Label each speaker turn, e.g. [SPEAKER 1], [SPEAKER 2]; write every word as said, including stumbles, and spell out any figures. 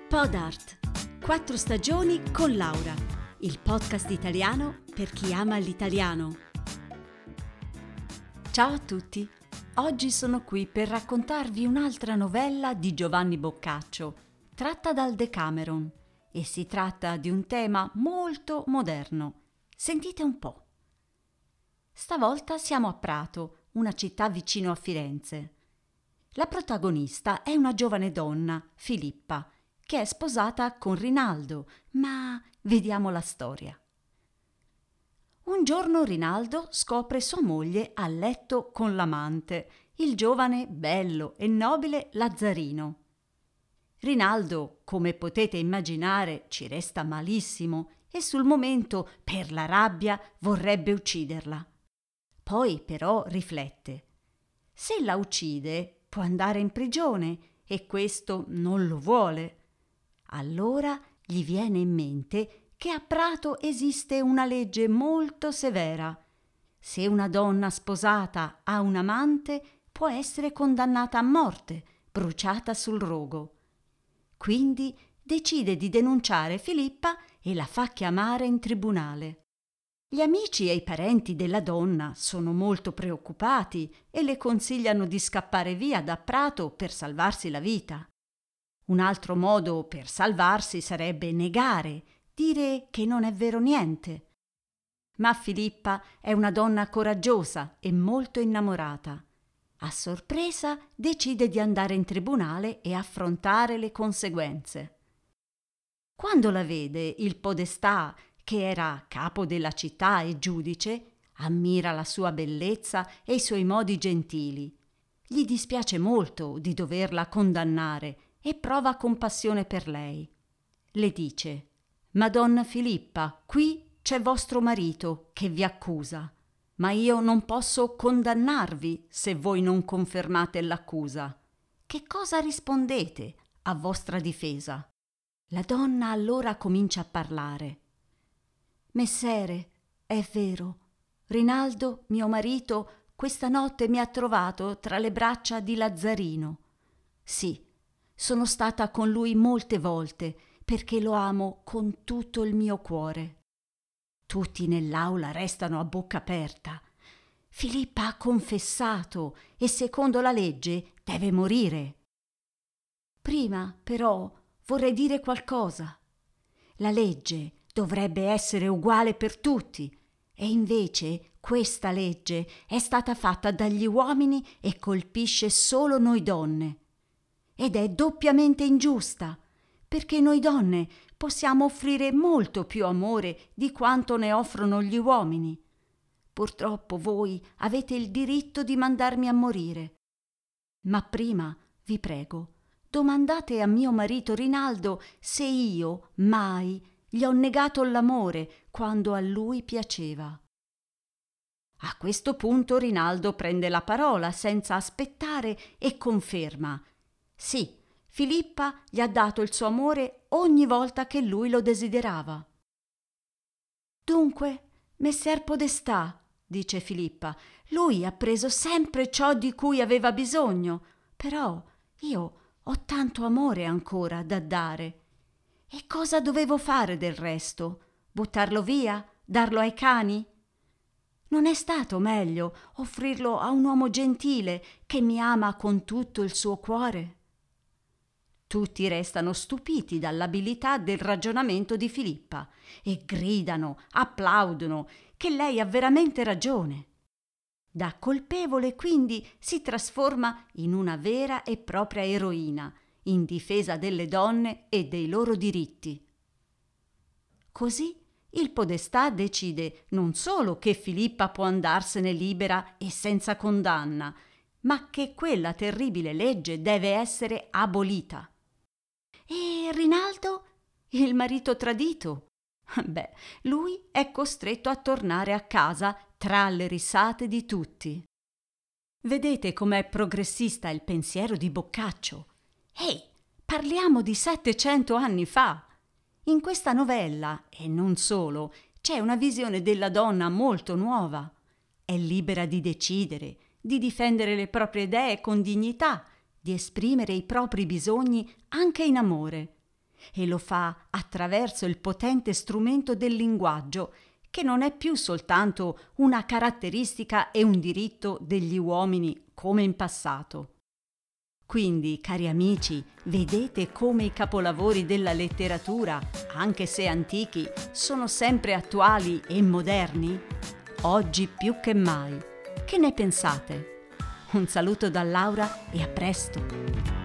[SPEAKER 1] Podart. Quattro stagioni con Laura, il podcast italiano per chi ama l'italiano. Ciao a tutti, oggi sono qui per raccontarvi un'altra novella di Giovanni Boccaccio, tratta dal Decameron, e si tratta di un tema molto moderno. Sentite un po'. Stavolta siamo a Prato, una città vicino a Firenze. La protagonista è una giovane donna, Filippa, che è sposata con Rinaldo, ma vediamo la storia. Un giorno Rinaldo scopre sua moglie a letto con l'amante, il giovane, bello e nobile Lazzarino. Rinaldo, come potete immaginare, ci resta malissimo e sul momento, per la rabbia, vorrebbe ucciderla. Poi però riflette. Se la uccide, può andare in prigione e questo non lo vuole. Allora gli viene in mente che a Prato esiste una legge molto severa. Se una donna sposata ha un amante, può essere condannata a morte, bruciata sul rogo. Quindi decide di denunciare Filippa e la fa chiamare in tribunale. Gli amici e i parenti della donna sono molto preoccupati e le consigliano di scappare via da Prato per salvarsi la vita. Un altro modo per salvarsi sarebbe negare, dire che non è vero niente. Ma Filippa è una donna coraggiosa e molto innamorata. A sorpresa decide di andare in tribunale e affrontare le conseguenze. Quando la vede, il podestà, che era capo della città e giudice, ammira la sua bellezza e i suoi modi gentili. Gli dispiace molto di doverla condannare e prova compassione per lei. Le dice: «Madonna Filippa, qui c'è vostro marito che vi accusa, ma io non posso condannarvi se voi non confermate l'accusa. Che cosa rispondete a vostra difesa?» La donna allora comincia a parlare. «Messere, è vero, Rinaldo, mio marito, questa notte mi ha trovato tra le braccia di Lazzarino. Sì, sono stata con lui molte volte perché lo amo con tutto il mio cuore». Tutti nell'aula restano a bocca aperta. Filippa ha confessato e secondo la legge deve morire. Prima, però, vorrei dire qualcosa. La legge dovrebbe essere uguale per tutti e invece questa legge è stata fatta dagli uomini e colpisce solo noi donne. Ed è doppiamente ingiusta, perché noi donne possiamo offrire molto più amore di quanto ne offrono gli uomini. Purtroppo voi avete il diritto di mandarmi a morire. Ma prima, vi prego, domandate a mio marito Rinaldo se io mai gli ho negato l'amore quando a lui piaceva. A questo punto Rinaldo prende la parola senza aspettare e conferma: sì, Filippa gli ha dato il suo amore ogni volta che lui lo desiderava. «Dunque, messer podestà», dice Filippa, «lui ha preso sempre ciò di cui aveva bisogno, però io ho tanto amore ancora da dare. E cosa dovevo fare del resto? Buttarlo via? Darlo ai cani? Non è stato meglio offrirlo a un uomo gentile che mi ama con tutto il suo cuore?» Tutti restano stupiti dall'abilità del ragionamento di Filippa e gridano, applaudono, che lei ha veramente ragione. Da colpevole quindi si trasforma in una vera e propria eroina, in difesa delle donne e dei loro diritti. Così il podestà decide non solo che Filippa può andarsene libera e senza condanna, ma che quella terribile legge deve essere abolita. E Rinaldo, il marito tradito? Beh, lui è costretto a tornare a casa tra le risate di tutti. Vedete com'è progressista il pensiero di Boccaccio? Ehi, parliamo di settecento anni fa. In questa novella, e non solo, c'è una visione della donna molto nuova. È libera di decidere, di difendere le proprie idee con dignità, di esprimere i propri bisogni anche in amore. e lo fa attraverso il potente strumento del linguaggio, che non è più soltanto una caratteristica e un diritto degli uomini come in passato. Quindi, cari amici, vedete come i capolavori della letteratura, anche se antichi, sono sempre attuali e moderni? Oggi più che mai. Che ne pensate? Un saluto da Laura e a presto!